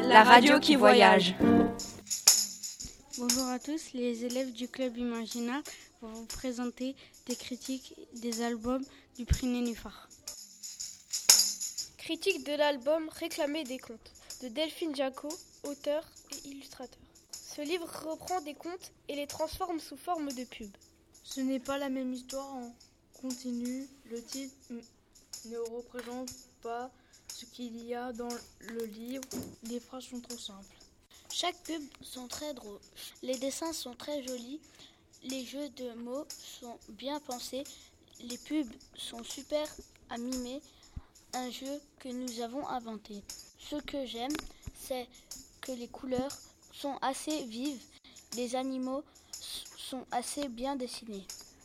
la radio qui voyage. Bonjour à tous, les élèves du club Imaginaire vont vous présenter des critiques des albums du prix Nénuphar. Critique de l'album Réclamer des contes de Delphine Jacot, auteur et illustrateur. Ce livre reprend des contes et les transforme sous forme de pub. Ce n'est pas la même histoire en continu. Le titre ne représente pas ce qu'il y a dans le livre. Les phrases sont trop simples. Chaque pub sont très drôles. Les dessins sont très jolis. Les jeux de mots sont bien pensés. Les pubs sont super à mimer. Un jeu que nous avons inventé. Ce que j'aime, c'est que les couleurs sont assez vives. Les animaux sont assez bien dessinés.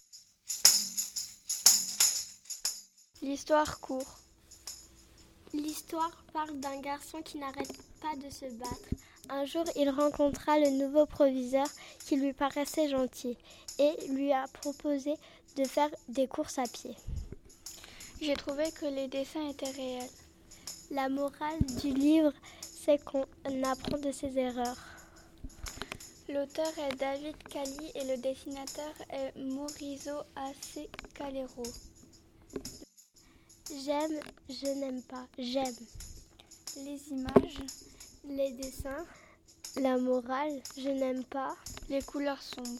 L'histoire court. L'histoire parle d'un garçon qui n'arrête pas de se battre. Un jour, il rencontra le nouveau proviseur qui lui paraissait gentil et lui a proposé de faire des courses à pied. J'ai trouvé que les dessins étaient réels. La morale du livre, c'est qu'on apprend de ses erreurs. L'auteur est David Cali et le dessinateur est Maurizio Ace Calero. J'aime, je n'aime pas, j'aime. Les images, les dessins, la morale, je n'aime pas, les couleurs sombres.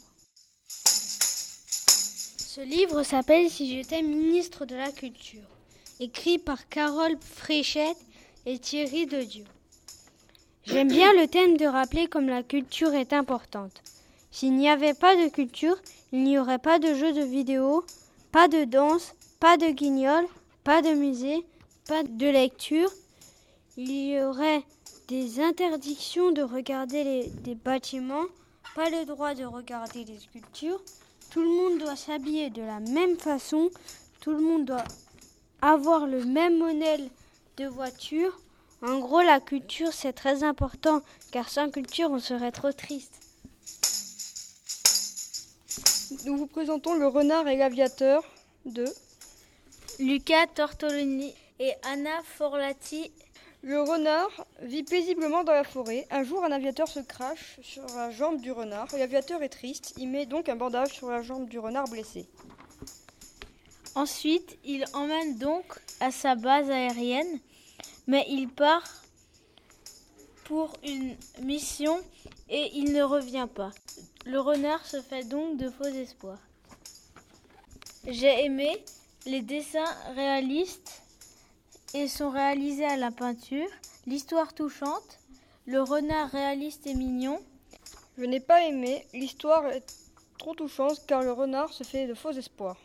Ce livre s'appelle Si j'étais ministre de la Culture, écrit par Carole Fréchette et Thierry Dedieu. J'aime bien le thème de rappeler comme la culture est importante. S'il n'y avait pas de culture, il n'y aurait pas de jeux de vidéo, pas de danse, pas de guignol, pas de musée, pas de lecture. Il y aurait des interdictions de regarder des bâtiments, pas le droit de regarder les sculptures. Tout le monde doit s'habiller de la même façon, tout le monde doit avoir le même modèle de voiture. En gros, la culture, c'est très important, car sans culture, on serait trop triste. Nous vous présentons Le Renard et l'Aviateur de Luca Tortolini et Anna Forlati. Le renard vit paisiblement dans la forêt. Un jour, un aviateur se crache sur la jambe du renard. L'aviateur est triste. Il met donc un bandage sur la jambe du renard blessé. Ensuite, il emmène donc à sa base aérienne, mais il part pour une mission et il ne revient pas. Le renard se fait donc de faux espoirs. J'ai aimé les dessins réalistes et sont réalisés à la peinture, l'histoire touchante, le renard réaliste et mignon. Je n'ai pas aimé, l'histoire est trop touchante car le renard se fait de faux espoirs.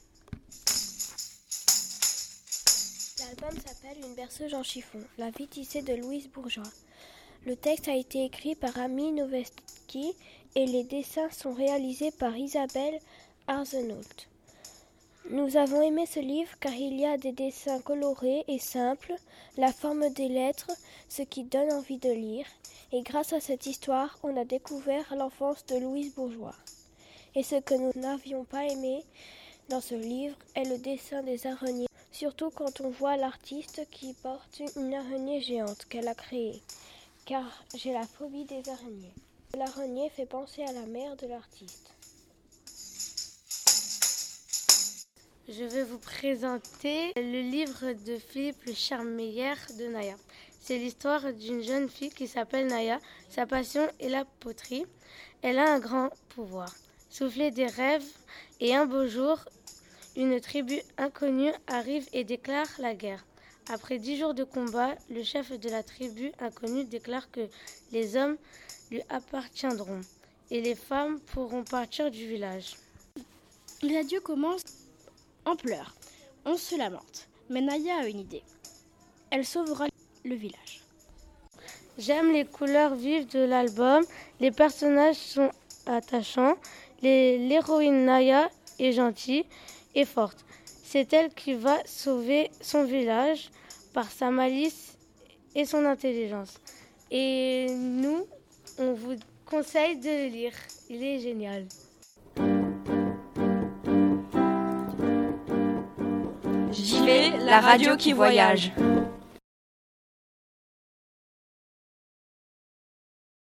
L'album s'appelle Une berceuse en chiffon, la vie tissée de Louise Bourgeois. Le texte a été écrit par Ami Noveski et les dessins sont réalisés par Isabelle Arsenault. Nous avons aimé ce livre car il y a des dessins colorés et simples, la forme des lettres, ce qui donne envie de lire. Et grâce à cette histoire, on a découvert l'enfance de Louise Bourgeois. Et ce que nous n'avions pas aimé dans ce livre est le dessin des araignées, surtout quand on voit l'artiste qui porte une araignée géante qu'elle a créée, car j'ai la phobie des araignées. L'araignée fait penser à la mère de l'artiste. Je vais vous présenter le livre de Philippe Charmeyer de Naya. C'est l'histoire d'une jeune fille qui s'appelle Naya. Sa passion est la poterie. Elle a un grand pouvoir, souffler des rêves. Et un beau jour, une tribu inconnue arrive et déclare la guerre. Après 10 jours de combat, le chef de la tribu inconnue déclare que les hommes lui appartiendront et les femmes pourront partir du village. L'adieu commence en pleurs. On se lamente. Mais Naya a une idée. Elle sauvera le village. J'aime les couleurs vives de l'album. Les personnages sont attachants. L'héroïne Naya est gentille et forte. C'est elle qui va sauver son village par sa malice et son intelligence. Et nous, on vous conseille de le lire. Il est génial. JV, la radio qui voyage.